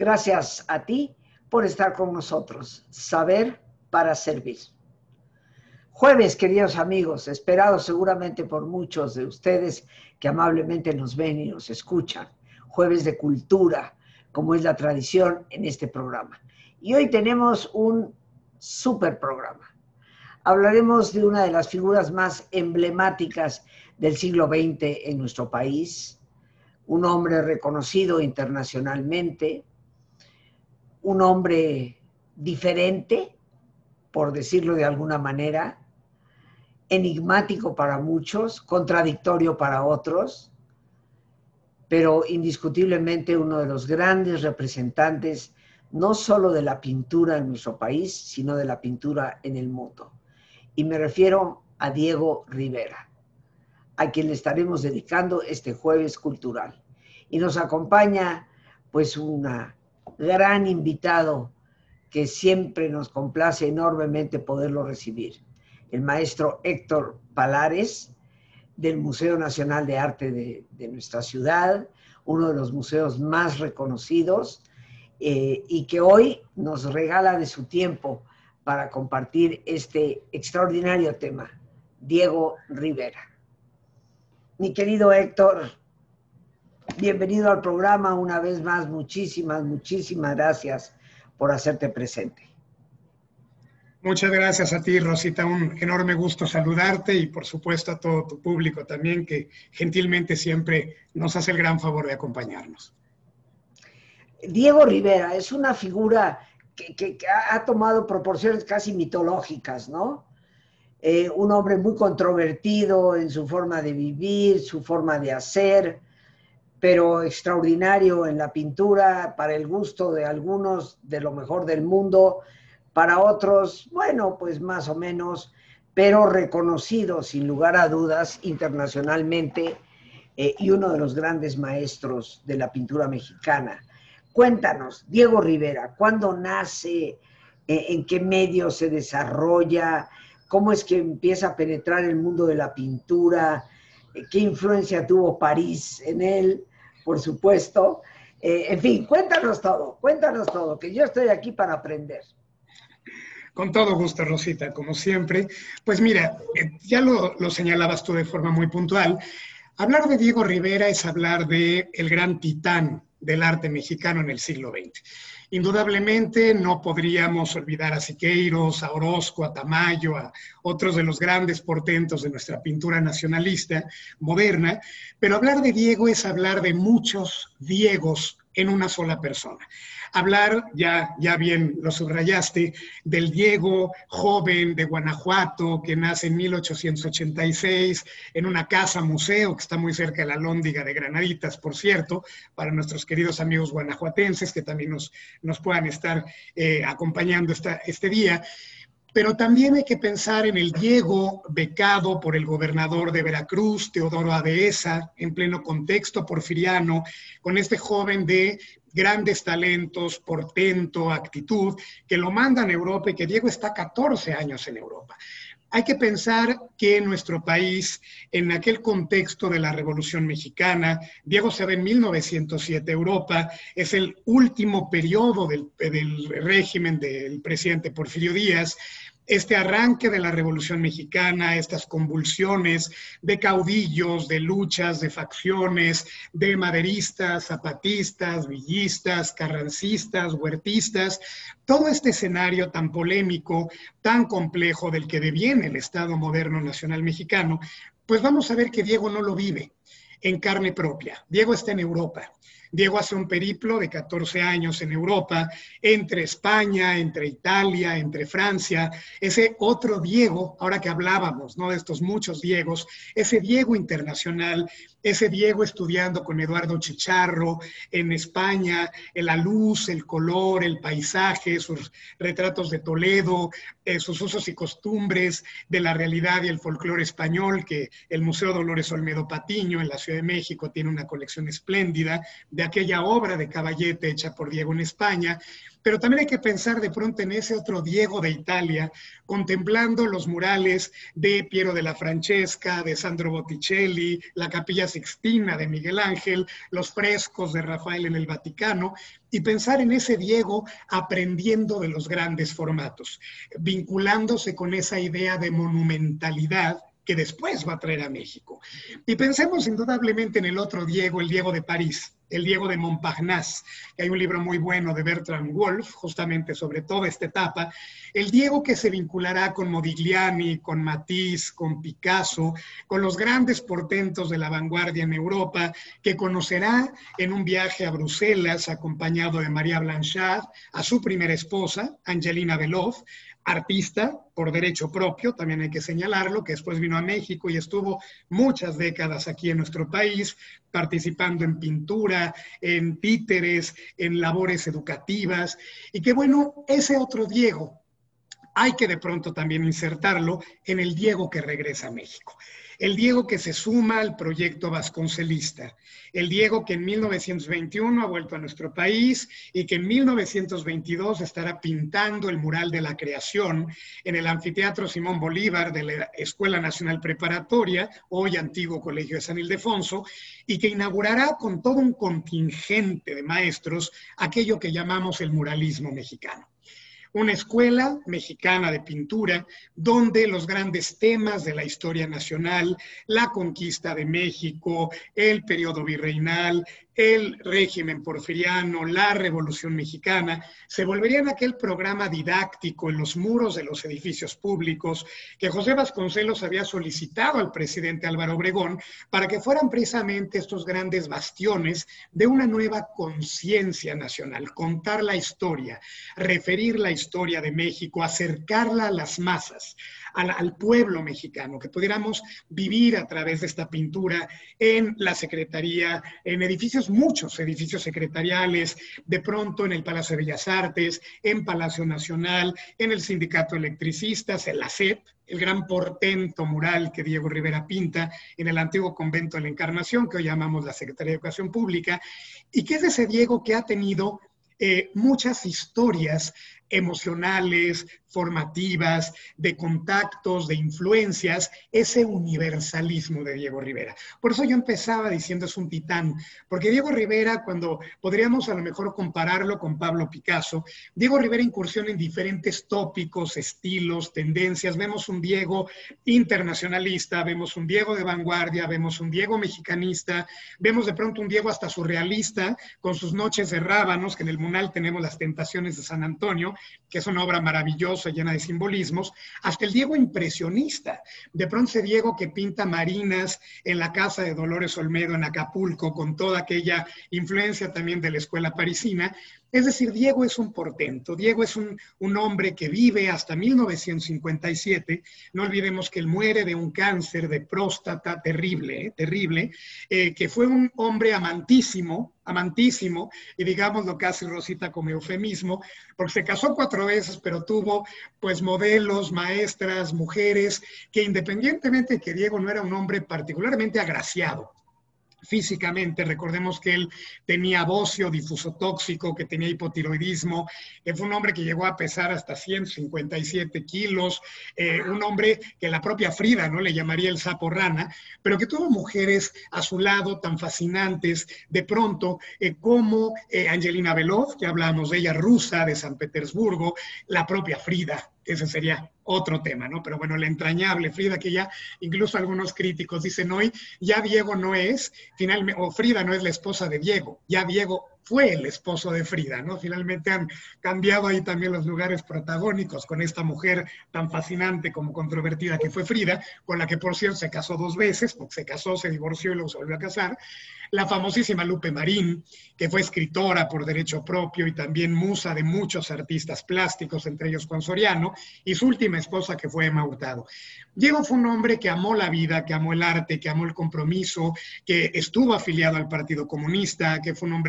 Gracias a ti por estar con nosotros. Saber para servir. Jueves, queridos amigos, esperado seguramente por muchos de ustedes que amablemente nos ven y nos escuchan. Jueves de cultura, como es la tradición en este programa. Y hoy tenemos un súper programa. Hablaremos de una de las figuras más emblemáticas del siglo XX en nuestro país, un hombre reconocido internacionalmente, un hombre diferente, por decirlo de alguna manera, enigmático para muchos, contradictorio para otros, pero indiscutiblemente uno de los grandes representantes no solo de la pintura en nuestro país, sino de la pintura en el mundo. Y me refiero a Diego Rivera, a quien le estaremos dedicando este jueves cultural. Y nos acompaña pues un gran invitado que siempre nos complace enormemente poderlo recibir, el maestro Héctor Palares, del Museo Nacional de Arte de nuestra ciudad, uno de los museos más reconocidos, y que hoy nos regala de su tiempo para compartir este extraordinario tema, Diego Rivera. Mi querido Héctor, bienvenido al programa una vez más. Muchísimas gracias por hacerte presente. Muchas gracias a ti, Rosita. Un enorme gusto saludarte y, por supuesto, a todo tu público también, que gentilmente siempre nos hace el gran favor de acompañarnos. Diego Rivera es una figura que ha tomado proporciones casi mitológicas, ¿no? Un hombre muy controvertido en su forma de vivir, su forma de hacer, pero extraordinario en la pintura, para el gusto de algunos, de lo mejor del mundo, para otros, bueno, pues más o menos, pero reconocido sin lugar a dudas internacionalmente, y uno de los grandes maestros de la pintura mexicana. Cuéntanos, Diego Rivera, ¿cuándo nace? ¿En qué medio se desarrolla? ¿Cómo es que empieza a penetrar el mundo de la pintura? ¿Qué influencia tuvo París en él? Por supuesto. En fin, cuéntanos todo, que yo estoy aquí para aprender. Con todo gusto, Rosita, como siempre. Pues mira, ya lo señalabas tú de forma muy puntual. Hablar de Diego Rivera es hablar de el gran titán del arte mexicano en el siglo XX. Indudablemente no podríamos olvidar a Siqueiros, a Orozco, a Tamayo, a otros de los grandes portentos de nuestra pintura nacionalista moderna, pero hablar de Diego es hablar de muchos Diegos en una sola persona. Hablar, ya bien lo subrayaste, del Diego joven de Guanajuato, que nace en 1886 en una casa museo que está muy cerca de la Alhóndiga de Granaditas, por cierto, para nuestros queridos amigos guanajuatenses que también nos puedan estar acompañando este día. Pero también hay que pensar en el Diego becado por el gobernador de Veracruz, Teodoro Adehesa, en pleno contexto porfiriano, con este joven de grandes talentos, portento, actitud, que lo mandan a Europa y que Diego está 14 años en Europa. Hay que pensar que en nuestro país, en aquel contexto de la Revolución Mexicana, Diego se va en 1907 a Europa, es el último periodo del régimen del presidente Porfirio Díaz. Este arranque de la Revolución Mexicana, estas convulsiones de caudillos, de luchas, de facciones, de maderistas, zapatistas, villistas, carrancistas, huertistas, todo este escenario tan polémico, tan complejo del que deviene el Estado moderno nacional mexicano, pues vamos a ver que Diego no lo vive en carne propia. Diego está en Europa. Diego hace un periplo de 14 años en Europa, entre España, entre Italia, entre Francia. Ese otro Diego, ahora que hablábamos, ¿no?, de estos muchos Diegos, ese Diego internacional, ese Diego estudiando con Eduardo Chicharro en España, la luz, el color, el paisaje, sus retratos de Toledo, sus usos y costumbres de la realidad y el folclore español, que el Museo Dolores Olmedo Patiño en la Ciudad de México tiene una colección espléndida de aquella obra de Caballete hecha por Diego en España, pero también hay que pensar de pronto en ese otro Diego de Italia, contemplando los murales de Piero de la Francesca, de Sandro Botticelli, la Capilla Sixtina de Miguel Ángel, los frescos de Rafael en el Vaticano, y pensar en ese Diego aprendiendo de los grandes formatos, vinculándose con esa idea de monumentalidad que después va a traer a México. Y pensemos indudablemente en el otro Diego, el Diego de París, el Diego de Montparnasse, que hay un libro muy bueno de Bertrand Wolff, justamente sobre toda esta etapa, el Diego que se vinculará con Modigliani, con Matisse, con Picasso, con los grandes portentos de la vanguardia en Europa, que conocerá en un viaje a Bruselas acompañado de María Blanchard, a su primera esposa, Angelina Beloff, artista por derecho propio, también hay que señalarlo, que después vino a México y estuvo muchas décadas aquí en nuestro país, participando en pintura, en títeres, en labores educativas, y que bueno, ese otro Diego hay que de pronto también insertarlo en el Diego que regresa a México. El Diego que se suma al proyecto vasconcelista. El Diego que en 1921 ha vuelto a nuestro país y que en 1922 estará pintando el mural de la creación en el Anfiteatro Simón Bolívar de la Escuela Nacional Preparatoria, hoy antiguo Colegio de San Ildefonso, y que inaugurará con todo un contingente de maestros aquello que llamamos el muralismo mexicano. Una escuela mexicana de pintura donde los grandes temas de la historia nacional, la conquista de México, el periodo virreinal, el régimen porfiriano, la Revolución Mexicana, se volverían aquel programa didáctico en los muros de los edificios públicos que José Vasconcelos había solicitado al presidente Álvaro Obregón para que fueran precisamente estos grandes bastiones de una nueva conciencia nacional, contar la historia, referir la historia de México, acercarla a las masas, al pueblo mexicano, que pudiéramos vivir a través de esta pintura en la Secretaría, en edificios, muchos edificios secretariales, de pronto en el Palacio de Bellas Artes, en Palacio Nacional, en el Sindicato de Electricistas, en la SEP, el gran portento mural que Diego Rivera pinta en el antiguo convento de la Encarnación, que hoy llamamos la Secretaría de Educación Pública, y que es ese Diego que ha tenido muchas historias emocionales, formativas, de contactos, de influencias, ese universalismo de Diego Rivera. Por eso yo empezaba diciendo es un titán, porque Diego Rivera, cuando podríamos a lo mejor compararlo con Pablo Picasso, Diego Rivera incursiona en diferentes tópicos, estilos, tendencias. Vemos un Diego internacionalista, vemos un Diego de vanguardia, vemos un Diego mexicanista, vemos de pronto un Diego hasta surrealista, con sus noches de rábanos, que en el Munal tenemos las Tentaciones de San Antonio, que es una obra maravillosa, llena de simbolismos, hasta el Diego impresionista. De pronto ese Diego que pinta marinas en la casa de Dolores Olmedo en Acapulco, con toda aquella influencia también de la escuela parisina. Es decir, Diego es un portento, Diego es un hombre que vive hasta 1957, no olvidemos que él muere de un cáncer de próstata terrible, terrible, que fue un hombre amantísimo, y digámoslo casi, Rosita, como eufemismo, porque se casó 4 veces, pero tuvo pues modelos, maestras, mujeres, que independientemente de que Diego no era un hombre particularmente agraciado físicamente, recordemos que él tenía bocio difuso tóxico, que tenía hipotiroidismo, fue un hombre que llegó a pesar hasta 157 kilos, un hombre que la propia Frida, ¿no?, le llamaría el sapo rana, pero que tuvo mujeres a su lado tan fascinantes, de pronto, como Angelina Beloff, que hablábamos de ella, rusa, de San Petersburgo, la propia Frida, ese sería otro tema, ¿no? Pero bueno, la entrañable Frida, que ya incluso algunos críticos dicen hoy, ya Diego no es, finalmente, o Frida no es la esposa de Diego, ya Diego fue el esposo de Frida, ¿no? Finalmente han cambiado ahí también los lugares protagónicos con esta mujer tan fascinante como controvertida que fue Frida, con la que por cierto se casó 2 veces, porque se casó, se divorció y luego se volvió a casar. La famosísima Lupe Marín, que fue escritora por derecho propio y también musa de muchos artistas plásticos, entre ellos Juan Soriano, y su última esposa, que fue Emma Hurtado. Diego fue un hombre que amó la vida, que amó el arte, que amó el compromiso, que estuvo afiliado al Partido Comunista, que fue un hombre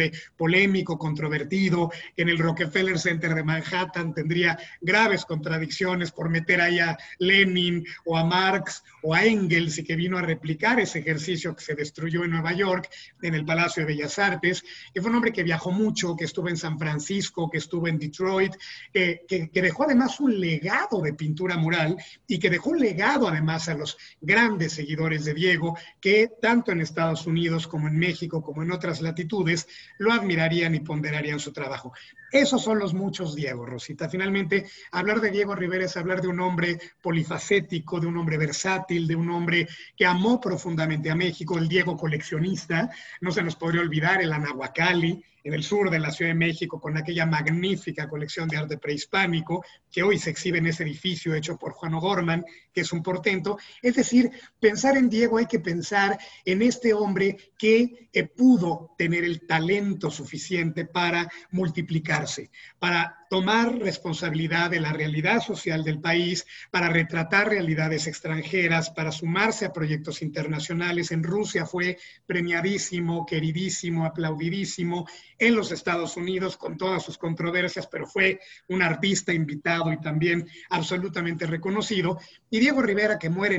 polémico, controvertido, en el Rockefeller Center de Manhattan tendría graves contradicciones por meter ahí a Lenin o a Marx o a Engels, y que vino a replicar ese ejercicio que se destruyó en Nueva York, en el Palacio de Bellas Artes, que fue un hombre que viajó mucho, que estuvo en San Francisco, que estuvo en Detroit, que dejó además un legado de pintura mural y que dejó un legado además a los grandes seguidores de Diego, que tanto en Estados Unidos como en México, como en otras latitudes, lo admirarían y ponderarían su trabajo. Esos son los muchos Diego, Rosita. Finalmente, hablar de Diego Rivera es hablar de un hombre polifacético, de un hombre versátil, de un hombre que amó profundamente a México, el Diego coleccionista. No se nos podría olvidar el Anahuacalli, en el sur de la Ciudad de México, con aquella magnífica colección de arte prehispánico que hoy se exhibe en ese edificio hecho por Juan O'Gorman, que es un portento. Es decir, pensar en Diego hay que pensar en este hombre que pudo tener el talento suficiente para multiplicarse, para tomar responsabilidad de la realidad social del país, para retratar realidades extranjeras, para sumarse a proyectos internacionales. En Rusia fue premiadísimo, queridísimo, aplaudidísimo. En los Estados Unidos, con todas sus controversias, pero fue un artista invitado y también absolutamente reconocido. Y Diego Rivera, que muere en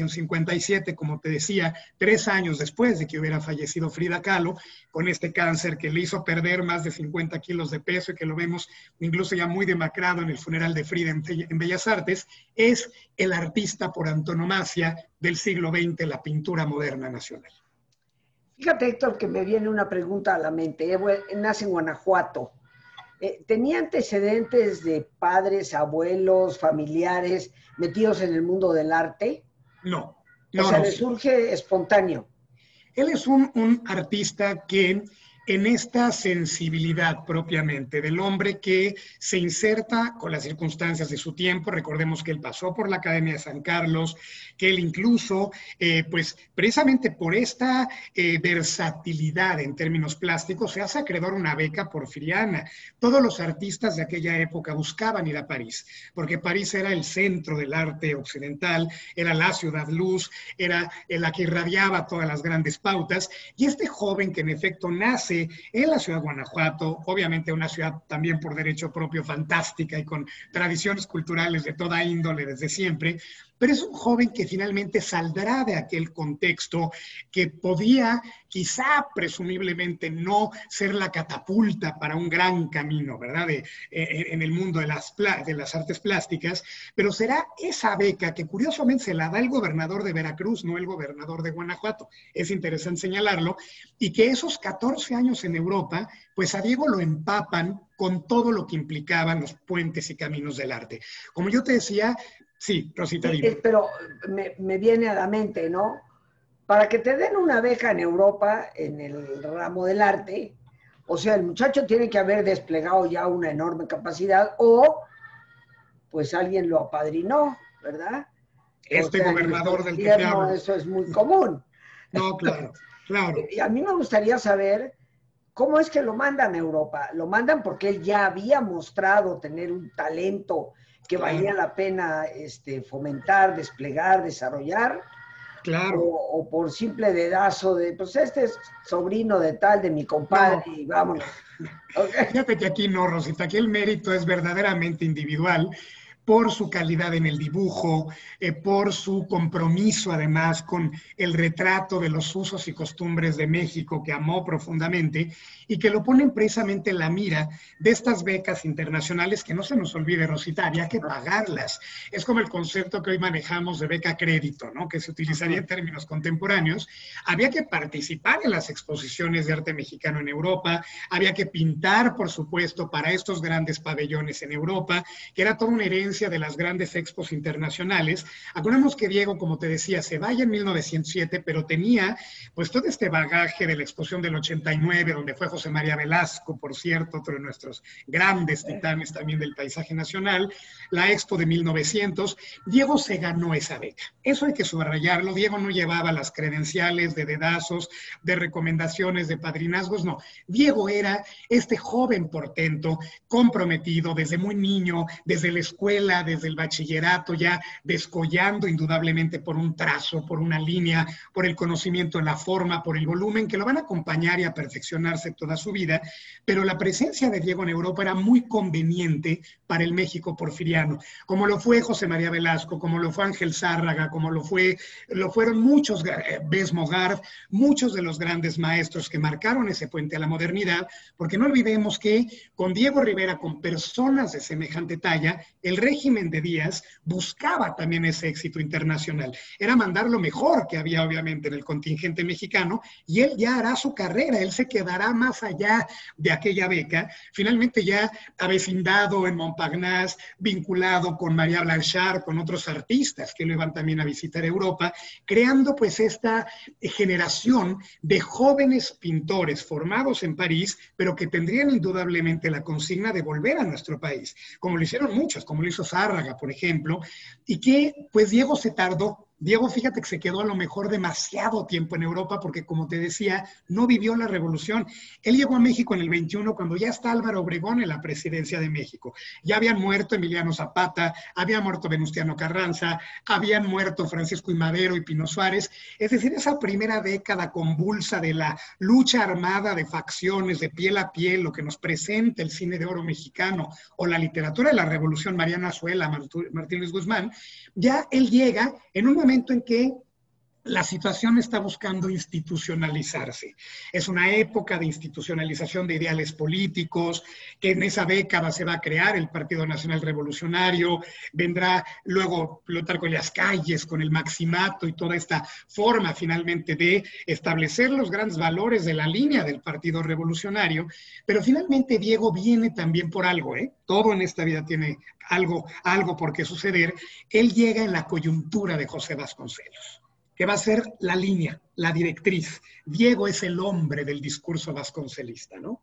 1957, como te decía, 3 años después de que hubiera fallecido Frida Kahlo, con este cáncer que le hizo perder más de 50 kilos de peso y que lo vemos incluso ya muy demacrado en el funeral de Frida en Bellas Artes, es el artista por antonomasia del siglo XX, la pintura moderna nacional. Fíjate, Héctor, que me viene una pregunta a la mente. Nace en Guanajuato. ¿Tenía antecedentes de padres, abuelos, familiares metidos en el mundo del arte? No, O sea, no. le surge espontáneo. Él es un artista que en esta sensibilidad propiamente del hombre que se inserta con las circunstancias de su tiempo. Recordemos que él pasó por la Academia de San Carlos, que él incluso, pues precisamente por esta versatilidad en términos plásticos, se hace acreedor a una beca porfiriana. Todos los artistas de aquella época buscaban ir a París, porque París era el centro del arte occidental, era la ciudad luz, era la que irradiaba todas las grandes pautas, y este joven que en efecto nace en la ciudad de Guanajuato, obviamente una ciudad también por derecho propio fantástica y con tradiciones culturales de toda índole desde siempre, pero es un joven que finalmente saldrá de aquel contexto que podía quizá presumiblemente no ser la catapulta para un gran camino, ¿verdad? En el mundo de las artes plásticas, pero será esa beca que curiosamente se la da el gobernador de Veracruz, no el gobernador de Guanajuato. Es interesante señalarlo, y que esos 14 años en Europa, pues a Diego lo empapan con todo lo que implicaban los puentes y caminos del arte. Como yo te decía, sí, Rosita, dime. Pero me viene a la mente, ¿no? Para que te den una beca en Europa, en el ramo del arte, o sea, el muchacho tiene que haber desplegado ya una enorme capacidad o pues alguien lo apadrinó, ¿verdad? O Este sea, gobernador del que te hablo. eso es muy común. No, claro, claro. Y a mí me gustaría saber cómo es que lo mandan a Europa. Lo mandan porque él ya había mostrado tener un talento que valía la pena fomentar, desplegar, desarrollar, Claro. o por simple dedazo de, pues este es sobrino de tal, de mi compadre, No. y vámonos. Okay. Fíjate que aquí no, Rosita, aquí el mérito es verdaderamente individual por su calidad en el dibujo, por su compromiso además con el retrato de los usos y costumbres de México que amó profundamente y que lo ponen precisamente en la mira de estas becas internacionales que no se nos olvide, Rosita, había que pagarlas. Es como el concepto que hoy manejamos de beca crédito, ¿no? Que se utilizaría en términos contemporáneos. Había que participar en las exposiciones de arte mexicano en Europa, había que pintar, por supuesto, para estos grandes pabellones en Europa, que era toda una herencia de las grandes expos internacionales. Acordemos que Diego, como te decía, se vaya en 1907, pero tenía pues todo este bagaje de la exposición del 89, donde fue José María Velasco, por cierto, otro de nuestros grandes titanes también del paisaje nacional, la expo de 1900. Diego se ganó esa beca. Eso hay que subrayarlo. Diego no llevaba las credenciales de dedazos, de recomendaciones, de padrinazgos, no. Diego era este joven portento, comprometido desde muy niño, desde la escuela, escuela, desde el bachillerato, ya descollando indudablemente por un trazo, por una línea, por el conocimiento de la forma, por el volumen, que lo van a acompañar y a perfeccionarse toda su vida, pero la presencia de Diego en Europa era muy conveniente para el México porfiriano, como lo fue José María Velasco, como lo fue Ángel Zárraga, como lo fueron muchos, Bes Mogart, muchos de los grandes maestros que marcaron ese puente a la modernidad, porque no olvidemos que con Diego Rivera, con personas de semejante talla, el régimen de Díaz buscaba también ese éxito internacional. Era mandar lo mejor que había obviamente en el contingente mexicano y él ya hará su carrera, él se quedará más allá de aquella beca, finalmente ya avecindado en Montparnasse, vinculado con María Blanchard, con otros artistas que lo iban también a visitar Europa, creando pues esta generación de jóvenes pintores formados en París, pero que tendrían indudablemente la consigna de volver a nuestro país, como lo hicieron muchos, como lo hizo Zárraga, por ejemplo, y que pues Diego se tardó. Diego, fíjate que se quedó a lo mejor demasiado tiempo en Europa porque, como te decía, no vivió la revolución. Él llegó a México en el 21 cuando ya está Álvaro Obregón en la presidencia de México. Ya habían muerto Emiliano Zapata, había muerto Venustiano Carranza, habían muerto Francisco I. Madero y Pino Suárez. Es decir, esa primera década convulsa de la lucha armada de facciones, de piel a piel, lo que nos presenta el cine de oro mexicano o la literatura de la revolución, Mariana Azuela, Martín Luis Guzmán, ya él llega en un momento en que la situación está buscando institucionalizarse. Es una época de institucionalización de ideales políticos, que en esa década se va a crear el Partido Nacional Revolucionario, vendrá luego Plutarco Elías Calles con el Maximato y toda esta forma finalmente de establecer los grandes valores de la línea del Partido Revolucionario, pero finalmente Diego viene también por algo, ¿eh? Todo en esta vida tiene algo por qué suceder. Él llega en la coyuntura de José Vasconcelos, que va a ser la línea, la directriz. Diego es el hombre del discurso vasconcelista, ¿no?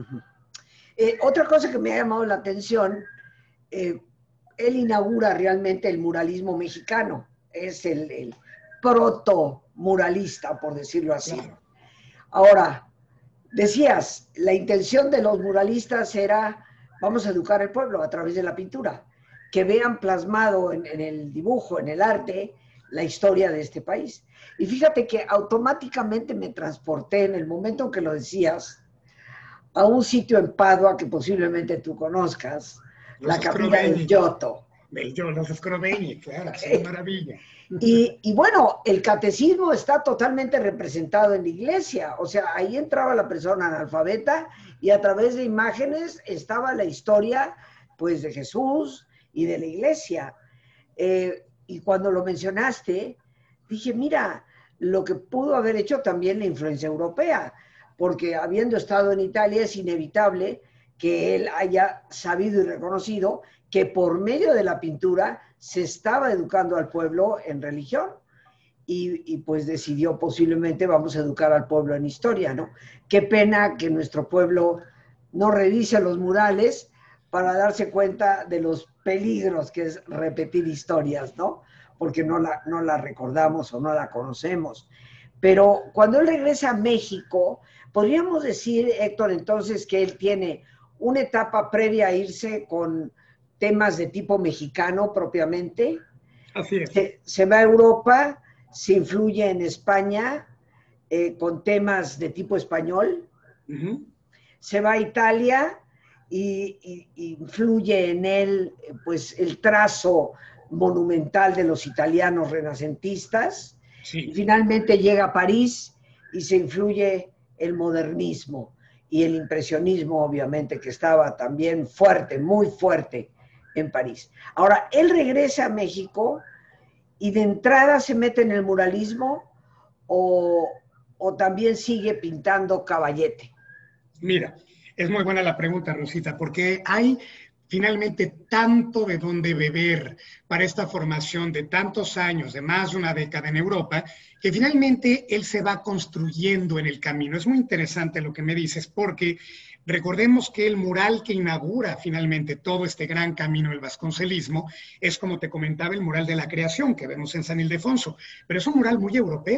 Otra cosa que me ha llamado la atención, él inaugura realmente el muralismo mexicano, es el proto-muralista, por decirlo así. Claro. Ahora, decías, la intención de los muralistas era, vamos a educar al pueblo a través de la pintura, que vean plasmado en el dibujo, en el arte, la historia de este país. Y fíjate que automáticamente me transporté en el momento en que lo decías a un sitio en Padua que posiblemente tú conozcas, la Capilla del Giotto. Los Scrovegni, claro, es una maravilla. Y bueno, el catecismo está totalmente representado en la iglesia, o sea, ahí entraba la persona analfabeta y a través de imágenes estaba la historia, pues, de Jesús y de la iglesia. Y cuando lo mencionaste, dije, mira, lo que pudo haber hecho también la influencia europea, porque habiendo estado en Italia es inevitable que él haya sabido y reconocido que por medio de la pintura se estaba educando al pueblo en religión y pues decidió posiblemente vamos a educar al pueblo en historia, ¿no? Qué pena que nuestro pueblo no revise los murales para darse cuenta de los peligros que es repetir historias, ¿no? Porque no la recordamos o no la conocemos. Pero cuando él regresa a México, podríamos decir, Héctor, entonces que él tiene una etapa previa a irse con temas de tipo mexicano propiamente. Así es. Se va a Europa, se influye en España con temas de tipo español. Se va a Italia y influye en él pues el trazo monumental de los italianos renacentistas. Sí. Y finalmente llega a París y se influye el modernismo y el impresionismo, obviamente, que estaba también fuerte, muy fuerte en París. Ahora, él regresa a México y de entrada se mete en el muralismo o también sigue pintando caballete. Mira, es muy buena la pregunta, Rosita, porque hay finalmente tanto de dónde beber para esta formación de tantos años, de más de una década en Europa, que finalmente él se va construyendo en el camino. Es muy interesante lo que me dices, porque recordemos que el mural que inaugura finalmente todo este gran camino del vasconcelismo es, como te comentaba, el mural de la creación que vemos en San Ildefonso, pero es un mural muy europeo.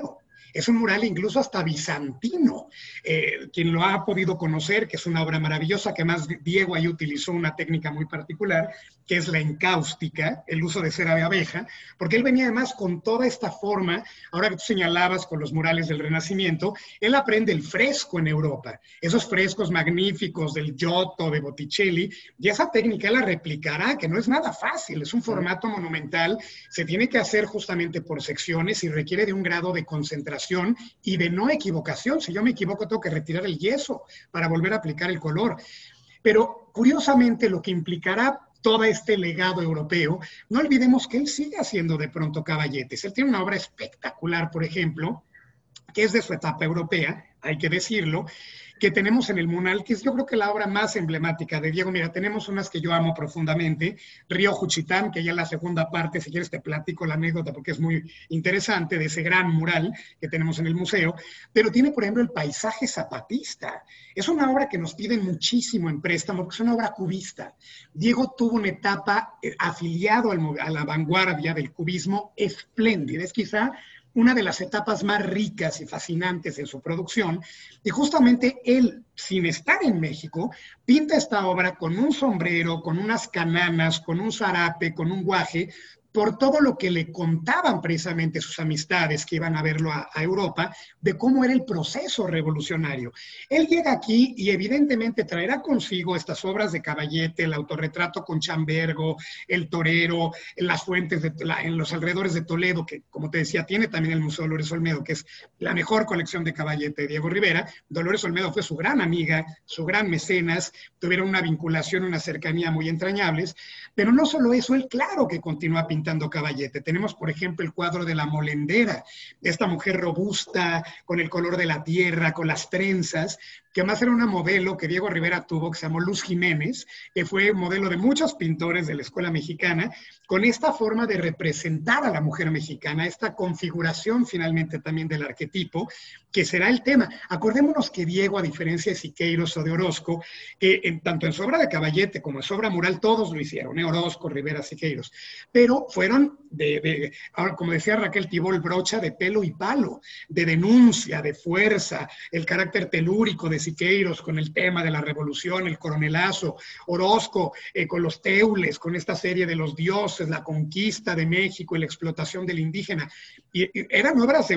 Es un mural incluso hasta bizantino. Quien lo ha podido conocer, que es una obra maravillosa, que más Diego ahí utilizó una técnica muy particular, que es la encáustica, el uso de cera de abeja, porque él venía además con toda esta forma, ahora que tú señalabas con los murales del Renacimiento, él aprende el fresco en Europa, esos frescos magníficos del Giotto, de Botticelli, y esa técnica la replicará, que no es nada fácil, es un formato monumental, se tiene que hacer justamente por secciones y requiere de un grado de concentración y de no equivocación. Si yo me equivoco, tengo que retirar el yeso para volver a aplicar el color. Pero curiosamente lo que implicará todo este legado europeo, no olvidemos que él sigue haciendo de pronto caballetes. Él tiene una obra espectacular, por ejemplo, que es de su etapa europea, hay que decirlo, que tenemos en el Munal, que es yo creo que la obra más emblemática de Diego. Mira, tenemos unas que yo amo profundamente, Río Juchitán, que ya en la segunda parte, si quieres te platico la anécdota porque es muy interesante, de ese gran mural que tenemos en el museo, pero tiene, por ejemplo, el paisaje zapatista. Es una obra que nos piden muchísimo en préstamo, porque es una obra cubista. Diego tuvo una etapa afiliado a la vanguardia del cubismo espléndida, es quizá una de las etapas más ricas y fascinantes en su producción, y justamente él, sin estar en México, pinta esta obra con un sombrero, con unas cananas, con un zarape, con un guaje, por todo lo que le contaban precisamente sus amistades que iban a verlo a Europa, de cómo era el proceso revolucionario. Él llega aquí y evidentemente traerá consigo estas obras de Caballete, el autorretrato con Chambergo, el torero, en las fuentes, en los alrededores de Toledo, que como te decía, tiene también el Museo Dolores Olmedo, que es la mejor colección de Caballete de Diego Rivera. Dolores Olmedo fue su gran amiga, su gran mecenas, tuvieron una vinculación, una cercanía muy entrañables, pero no solo eso, él claro que continúa pintando Caballete. Tenemos, por ejemplo, el cuadro de la molendera, esta mujer robusta, con el color de la tierra, con las trenzas, que además era una modelo que Diego Rivera tuvo, que se llamó Luz Jiménez, que fue modelo de muchos pintores de la escuela mexicana, con esta forma de representar a la mujer mexicana, esta configuración finalmente también del arquetipo, que será el tema. Acordémonos que Diego, a diferencia de Siqueiros o de Orozco, que tanto en su obra de Caballete como en su obra mural, todos lo hicieron, Orozco, Rivera, Siqueiros, pero fueron ahora, como decía Raquel Tibol, brocha de pelo y palo, de denuncia, de fuerza, el carácter telúrico de Siqueiros con el tema de la revolución, el coronelazo, Orozco con los teules, con esta serie de los dioses, la conquista de México y la explotación del indígena. Y eran obras de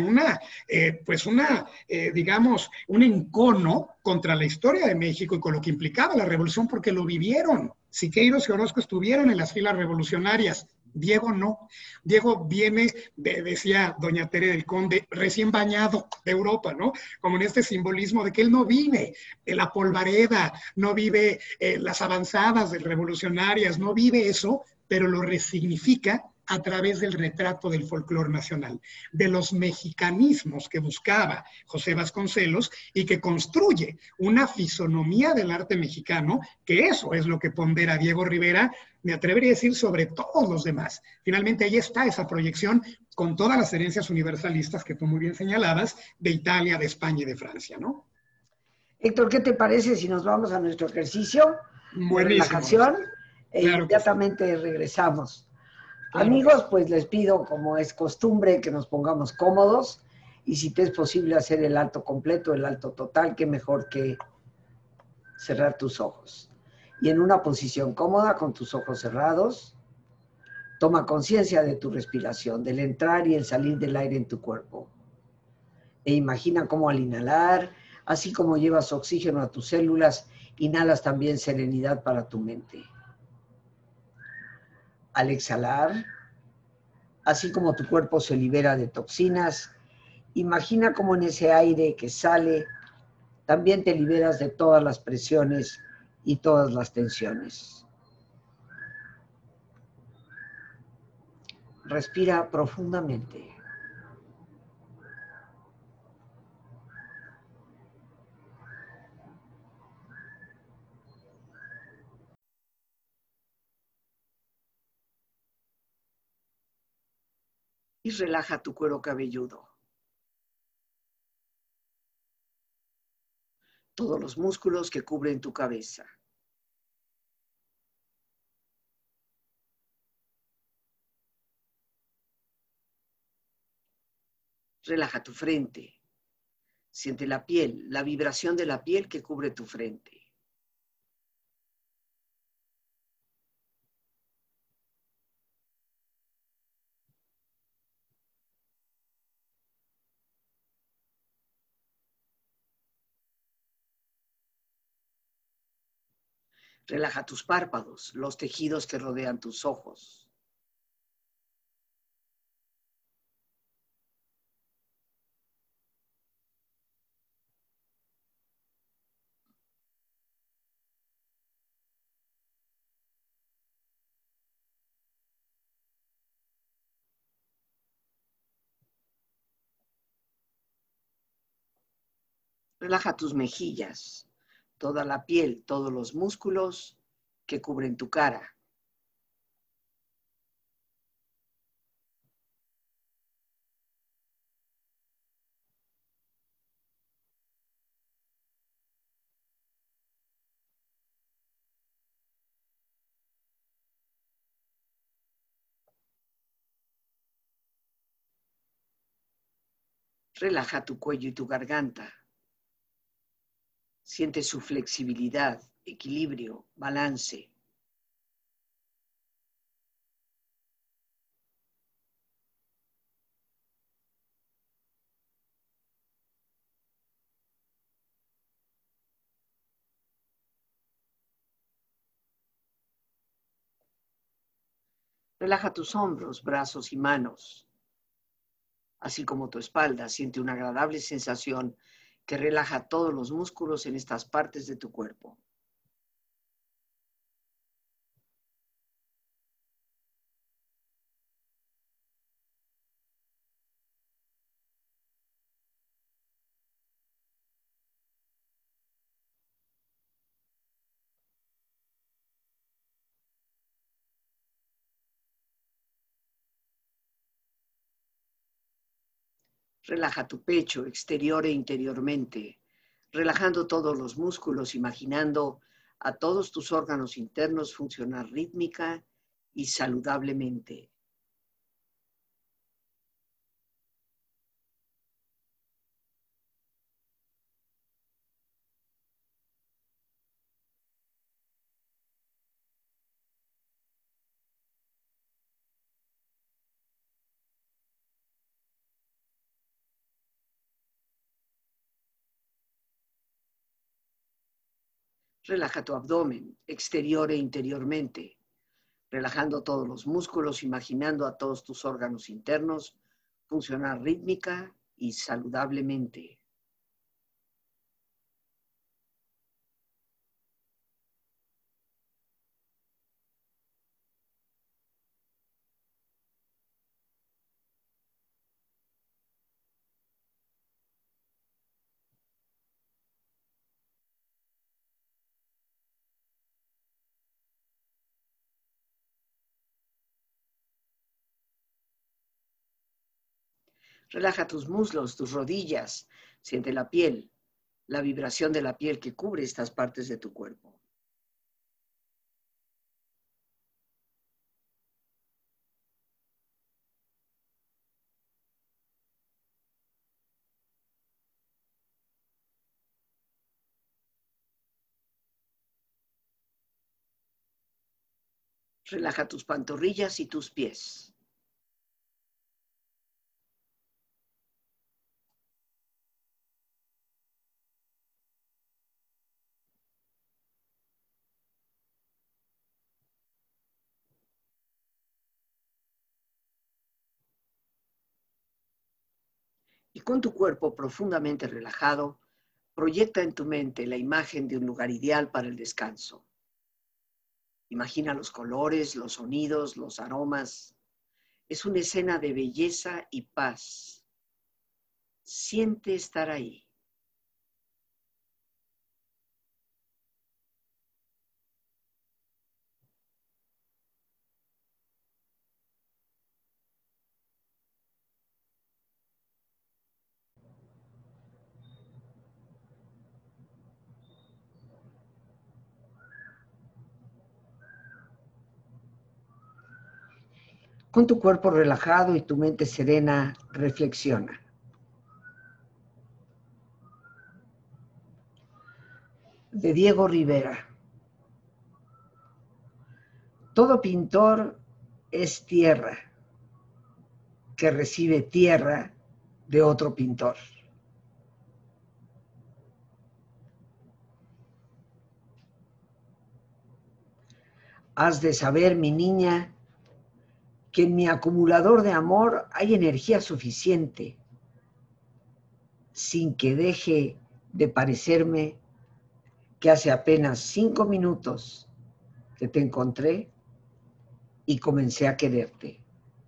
digamos, un encono contra la historia de México y con lo que implicaba la revolución, porque lo vivieron. Siqueiros y Orozco estuvieron en las filas revolucionarias. Diego no. Diego viene, decía doña Tere del Conde, recién bañado de Europa, ¿no? Como en este simbolismo de que él no vive en la polvareda, no vive las avanzadas de revolucionarias, no vive eso, pero lo resignifica a través del retrato del folclore nacional, de los mexicanismos que buscaba José Vasconcelos y que construye una fisonomía del arte mexicano, que eso es lo que pondera Diego Rivera, me atrevería a decir, sobre todos los demás. Finalmente ahí está esa proyección con todas las herencias universalistas que tú muy bien señalabas, de Italia, de España y de Francia, ¿no? Héctor, ¿qué te parece si nos vamos a nuestro ejercicio de Buenísimo, relajación Rosita. e Claro que sí, inmediatamente regresamos? claro que Amigos, sí. pues les pido, como es costumbre, que nos pongamos cómodos y si te es posible hacer el alto completo, el alto total, qué mejor que cerrar tus ojos. Y en una posición cómoda, con tus ojos cerrados, toma conciencia de tu respiración, del entrar y el salir del aire en tu cuerpo. E imagina cómo al inhalar, así como llevas oxígeno a tus células, inhalas también serenidad para tu mente. Al exhalar, así como tu cuerpo se libera de toxinas, imagina cómo en ese aire que sale también te liberas de todas las presiones y todas las tensiones. Respira profundamente. Y relaja tu cuero cabelludo. Todos los músculos que cubren tu cabeza. Relaja tu frente. Siente la piel, la vibración de la piel que cubre tu frente. Relaja tus párpados, los tejidos que rodean tus ojos. Relaja tus mejillas, toda la piel, todos los músculos que cubren tu cara. Relaja tu cuello y tu garganta. Siente su flexibilidad, equilibrio, balance. Relaja tus hombros, brazos y manos, así como tu espalda. Siente una agradable sensación que relaja todos los músculos en estas partes de tu cuerpo. Relaja tu pecho, exterior e interiormente, relajando todos los músculos, imaginando a todos tus órganos internos funcionar rítmica y saludablemente. Relaja tu abdomen, exterior e interiormente, relajando todos los músculos, imaginando a todos tus órganos internos funcionar rítmica y saludablemente. Relaja tus muslos, tus rodillas, siente la piel, la vibración de la piel que cubre estas partes de tu cuerpo. Relaja tus pantorrillas y tus pies. Y con tu cuerpo profundamente relajado, proyecta en tu mente la imagen de un lugar ideal para el descanso. Imagina los colores, los sonidos, los aromas. Es una escena de belleza y paz. Siente estar ahí. Con tu cuerpo relajado y tu mente serena, reflexiona. de Diego Rivera. Todo pintor es tierra que recibe tierra de otro pintor. Has de saber, mi niña, que en mi acumulador de amor hay energía suficiente, sin que deje de parecerme que hace apenas 5 minutos que te encontré y comencé a quererte.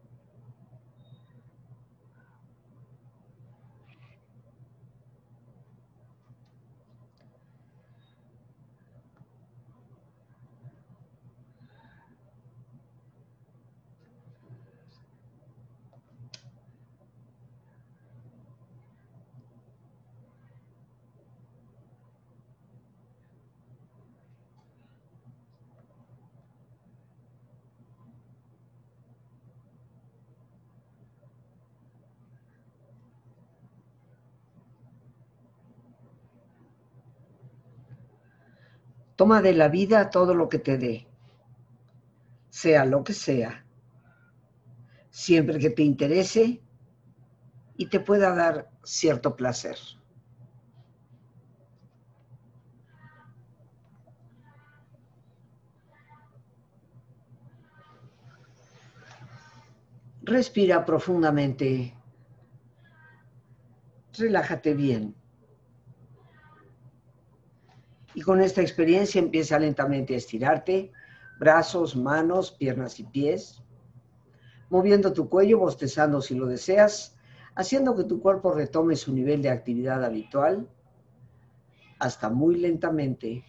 Toma de la vida todo lo que te dé, sea lo que sea, siempre que te interese y te pueda dar cierto placer. Respira profundamente, relájate bien. Y con esta experiencia empieza lentamente a estirarte, brazos, manos, piernas y pies, moviendo tu cuello, bostezando si lo deseas, haciendo que tu cuerpo retome su nivel de actividad habitual, hasta muy lentamente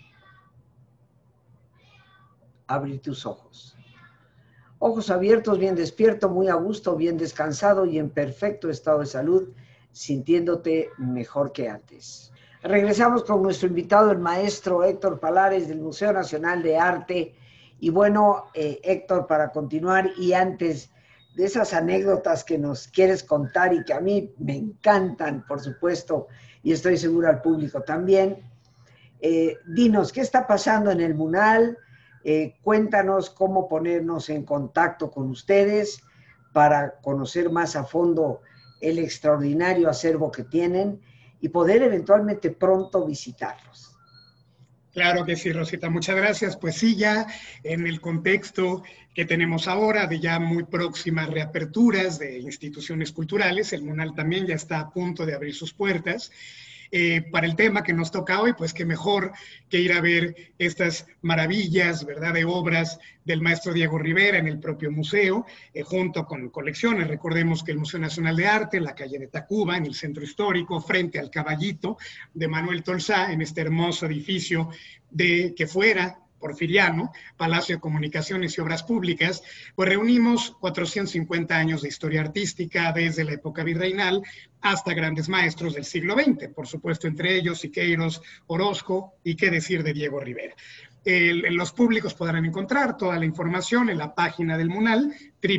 abrir tus ojos. Ojos abiertos, bien despierto, muy a gusto, bien descansado y en perfecto estado de salud, sintiéndote mejor que antes. Regresamos con nuestro invitado, el maestro Héctor Palares del Museo Nacional de Arte. Y bueno, Héctor, para continuar y antes de esas anécdotas que nos quieres contar y que a mí me encantan, por supuesto, y estoy segura al público también, dinos, ¿qué está pasando en el MUNAL? Cuéntanos cómo ponernos en contacto con ustedes para conocer más a fondo el extraordinario acervo que tienen y poder eventualmente pronto visitarlos. Claro que sí, Rosita, muchas gracias. Pues sí, ya en el contexto que tenemos ahora de ya muy próximas reaperturas de instituciones culturales, el MUNAL también ya está a punto de abrir sus puertas. Para el tema que nos toca hoy, pues qué mejor que ir a ver estas maravillas, ¿verdad?, de obras del maestro Diego Rivera en el propio museo, junto con colecciones. Recordemos que el Museo Nacional de Arte, en la calle de Tacuba, en el centro histórico, frente al Caballito de Manuel Tolsá, en este hermoso edificio que fuera porfiriano, Palacio de Comunicaciones y Obras Públicas, pues reunimos 450 años de historia artística desde la época virreinal hasta grandes maestros del siglo XX, por supuesto, entre ellos Siqueiros, Orozco y qué decir de Diego Rivera. Los públicos podrán encontrar toda la información en la página del MUNAL,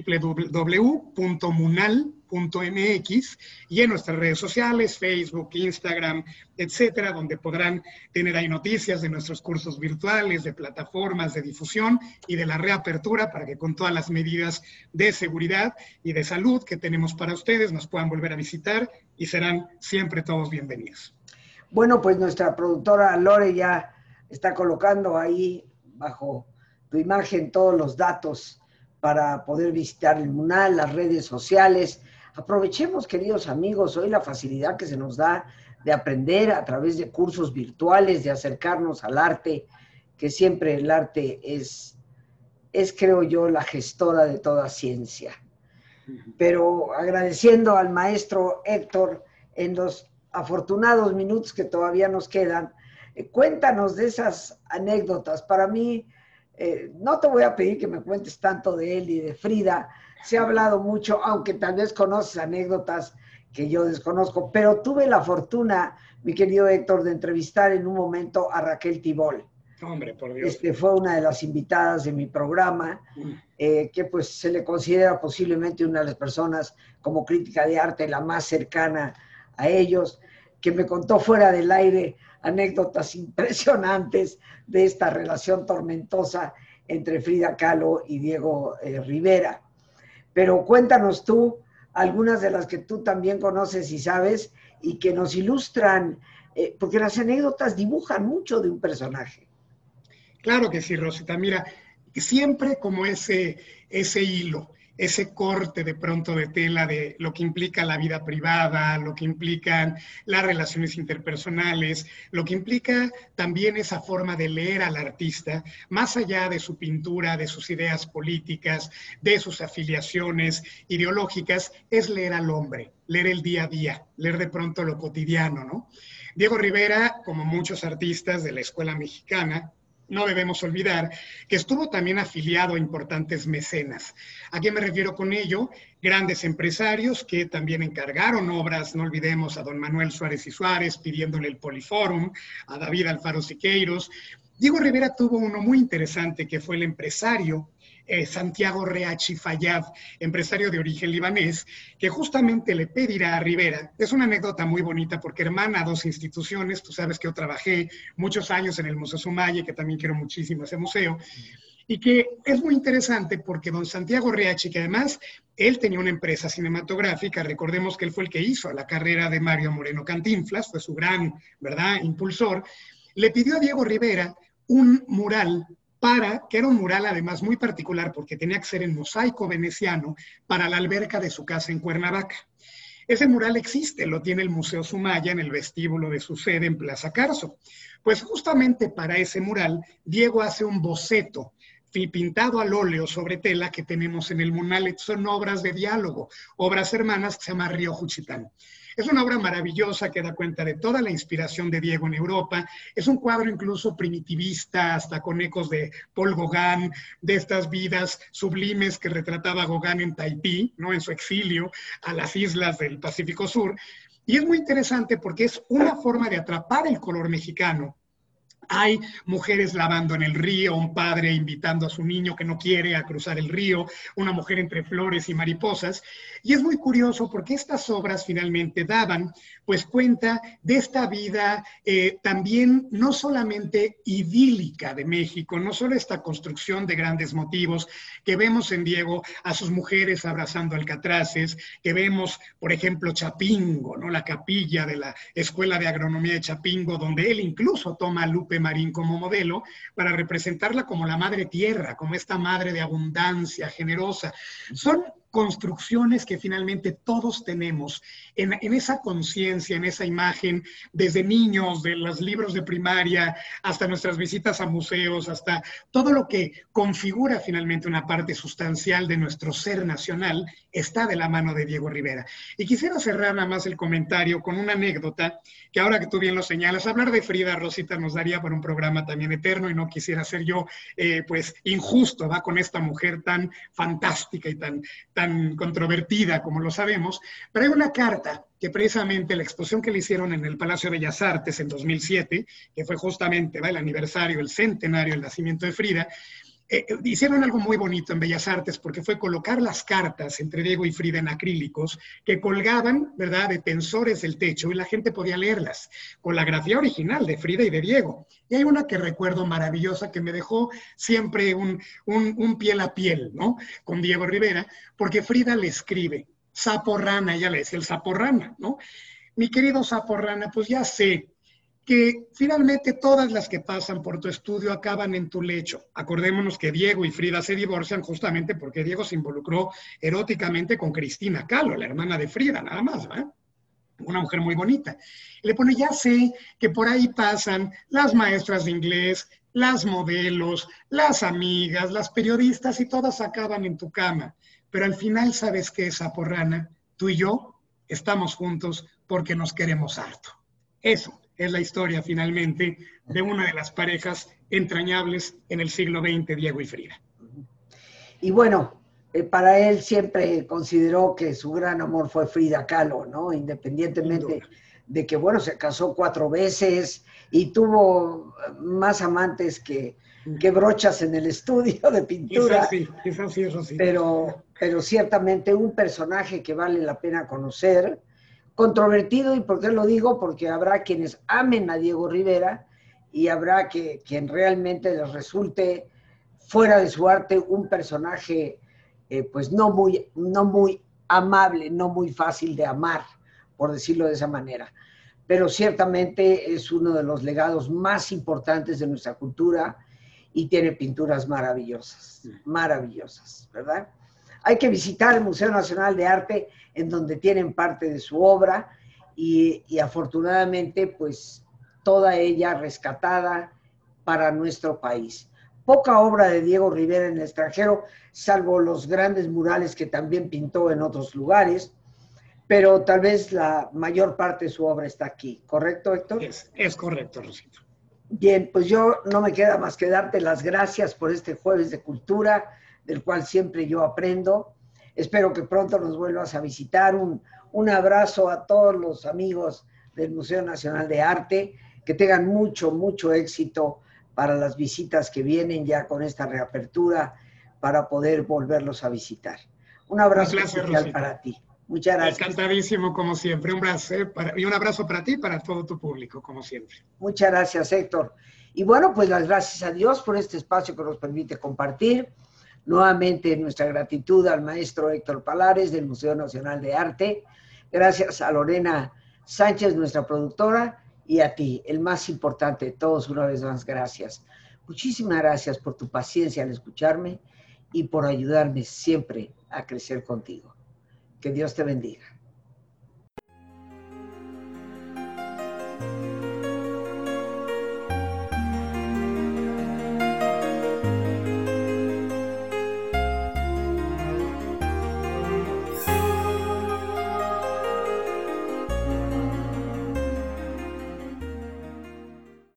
www.munal.mx, y en nuestras redes sociales, Facebook, Instagram, etcétera, donde podrán tener ahí noticias de nuestros cursos virtuales, de plataformas de difusión y de la reapertura para que con todas las medidas de seguridad y de salud que tenemos para ustedes nos puedan volver a visitar y serán siempre todos bienvenidos. Bueno, pues nuestra productora Lore ya está colocando ahí bajo tu imagen todos los datos para poder visitar el MUNAL, las redes sociales. Aprovechemos, queridos amigos, hoy la facilidad que se nos da de aprender a través de cursos virtuales, de acercarnos al arte, que siempre el arte es creo yo, la gestora de toda ciencia. Pero agradeciendo al maestro Héctor en los afortunados minutos que todavía nos quedan, cuéntanos de esas anécdotas. Para mí, no te voy a pedir que me cuentes tanto de él y de Frida, se ha hablado mucho, aunque tal vez conoces anécdotas que yo desconozco, pero tuve la fortuna, mi querido Héctor, de entrevistar en un momento a Raquel Tibol. Hombre, por Dios. Fue una de las invitadas de mi programa, que pues se le considera posiblemente una de las personas como crítica de arte la más cercana a ellos, que me contó fuera del aire anécdotas impresionantes de esta relación tormentosa entre Frida Kahlo y Diego Rivera. Pero cuéntanos tú algunas de las que tú también conoces y sabes y que nos ilustran, porque las anécdotas dibujan mucho de un personaje. Claro que sí, Rosita. Mira, siempre como ese hilo, ese corte de pronto de tela de lo que implica la vida privada, lo que implican las relaciones interpersonales, lo que implica también esa forma de leer al artista, más allá de su pintura, de sus ideas políticas, de sus afiliaciones ideológicas, es leer al hombre, leer el día a día, leer de pronto lo cotidiano, ¿no? Diego Rivera, como muchos artistas de la escuela mexicana, no debemos olvidar que estuvo también afiliado a importantes mecenas. ¿A qué me refiero con ello? Grandes empresarios que también encargaron obras, no olvidemos a don Manuel Suárez y Suárez pidiéndole el Poliforum, a David Alfaro Siqueiros. Diego Rivera tuvo uno muy interesante que fue el empresario Santiago Reachi Fayad, empresario de origen libanés, que justamente le pedirá a Rivera, es una anécdota muy bonita porque hermana dos instituciones, tú sabes que yo trabajé muchos años en el Museo Sumaya, que también quiero muchísimo ese museo, y que es muy interesante porque don Santiago Reachi, que además él tenía una empresa cinematográfica, recordemos que él fue el que hizo la carrera de Mario Moreno Cantinflas, fue su gran, ¿verdad?, impulsor, le pidió a Diego Rivera un mural que era un mural además muy particular porque tenía que ser en mosaico veneciano para la alberca de su casa en Cuernavaca. Ese mural existe, lo tiene el Museo Sumaya en el vestíbulo de su sede en Plaza Carso. Pues justamente para ese mural, Diego hace un boceto pintado al óleo sobre tela que tenemos en el mural. Son obras de diálogo, obras hermanas que se llama Río Juchitán. Es una obra maravillosa que da cuenta de toda la inspiración de Diego en Europa. Es un cuadro incluso primitivista, hasta con ecos de Paul Gauguin, de estas vidas sublimes que retrataba Gauguin en Tahití, ¿no?, en su exilio a las islas del Pacífico Sur. Y es muy interesante porque es una forma de atrapar el color mexicano. Hay mujeres lavando en el río, un padre invitando a su niño que no quiere a cruzar el río, una mujer entre flores y mariposas. Y es muy curioso porque estas obras finalmente daban pues cuenta de esta vida también no solamente idílica de México, no solo esta construcción de grandes motivos que vemos en Diego a sus mujeres abrazando alcatraces, que vemos, por ejemplo, Chapingo, ¿no?, la capilla de la Escuela de Agronomía de Chapingo, donde él incluso toma a Lupe Marín como modelo para representarla como la madre tierra, como esta madre de abundancia, generosa. Son construcciones que finalmente todos tenemos en esa conciencia, en esa imagen, desde niños, de los libros de primaria, hasta nuestras visitas a museos, hasta todo lo que configura finalmente una parte sustancial de nuestro ser nacional, está de la mano de Diego Rivera. Y quisiera cerrar nada más el comentario con una anécdota, que ahora que tú bien lo señalas, hablar de Frida, Rosita, nos daría para un programa también eterno, y no quisiera ser yo, pues, injusto, ¿va?, con esta mujer tan fantástica y tan controvertida como lo sabemos, pero hay una carta que precisamente la exposición que le hicieron en el Palacio de Bellas Artes en 2007, que fue justamente, ¿va?, el aniversario, el centenario del nacimiento de Frida, hicieron algo muy bonito en Bellas Artes porque fue colocar las cartas entre Diego y Frida en acrílicos que colgaban, ¿verdad?, de tensores del techo y la gente podía leerlas con la grafía original de Frida y de Diego. Y hay una que recuerdo maravillosa que me dejó siempre un piel a piel, ¿no?, con Diego Rivera, porque Frida le escribe, Sapo Rana, ella le decía el Sapo Rana, ¿no? Mi querido Sapo Rana, pues ya sé que finalmente todas las que pasan por tu estudio acaban en tu lecho. Acordémonos que Diego y Frida se divorcian justamente porque Diego se involucró eróticamente con Cristina Kahlo, la hermana de Frida, nada más, ¿verdad? Una mujer muy bonita. Y le pone, ya sé que por ahí pasan las maestras de inglés, las modelos, las amigas, las periodistas y todas acaban en tu cama. Pero al final, ¿sabes qué, Sapo Rana? Tú y yo estamos juntos porque nos queremos harto. Eso es la historia finalmente de una de las parejas entrañables en el siglo XX, Diego y Frida. Y bueno, para él siempre consideró que su gran amor fue Frida Kahlo, ¿no? Independientemente de que, bueno, se casó 4 veces y tuvo más amantes que brochas en el estudio de pintura. Quizás sí, eso sí. Pero ciertamente un personaje que vale la pena conocer, controvertido. ¿Y por qué lo digo? Porque habrá quienes amen a Diego Rivera y habrá quien realmente les resulte fuera de su arte un personaje pues no muy amable, no muy fácil de amar, por decirlo de esa manera. Pero ciertamente es uno de los legados más importantes de nuestra cultura y tiene pinturas maravillosas, maravillosas, ¿verdad? Hay que visitar el Museo Nacional de Arte, en donde tienen parte de su obra y afortunadamente, pues, toda ella rescatada para nuestro país. Poca obra de Diego Rivera en el extranjero, salvo los grandes murales que también pintó en otros lugares, pero tal vez la mayor parte de su obra está aquí. ¿Correcto, Héctor? Es correcto, Rosita. Bien, pues yo no me queda más que darte las gracias por este jueves de cultura, del cual siempre yo aprendo. Espero que pronto nos vuelvas a visitar. Un abrazo a todos los amigos del Museo Nacional de Arte, que tengan mucho, mucho éxito para las visitas que vienen ya con esta reapertura para poder volverlos a visitar. Un abrazo especial para ti. Muchas gracias. Encantadísimo, como siempre. Y un abrazo para ti y para todo tu público, como siempre. Muchas gracias, Héctor. Y bueno, pues las gracias a Dios por este espacio que nos permite compartir. Nuevamente nuestra gratitud al maestro Héctor Palares del Museo Nacional de Arte. Gracias a Lorena Sánchez, nuestra productora, y a ti, el más importante de todos, una vez más, gracias. Muchísimas gracias por tu paciencia al escucharme y por ayudarme siempre a crecer contigo. Que Dios te bendiga.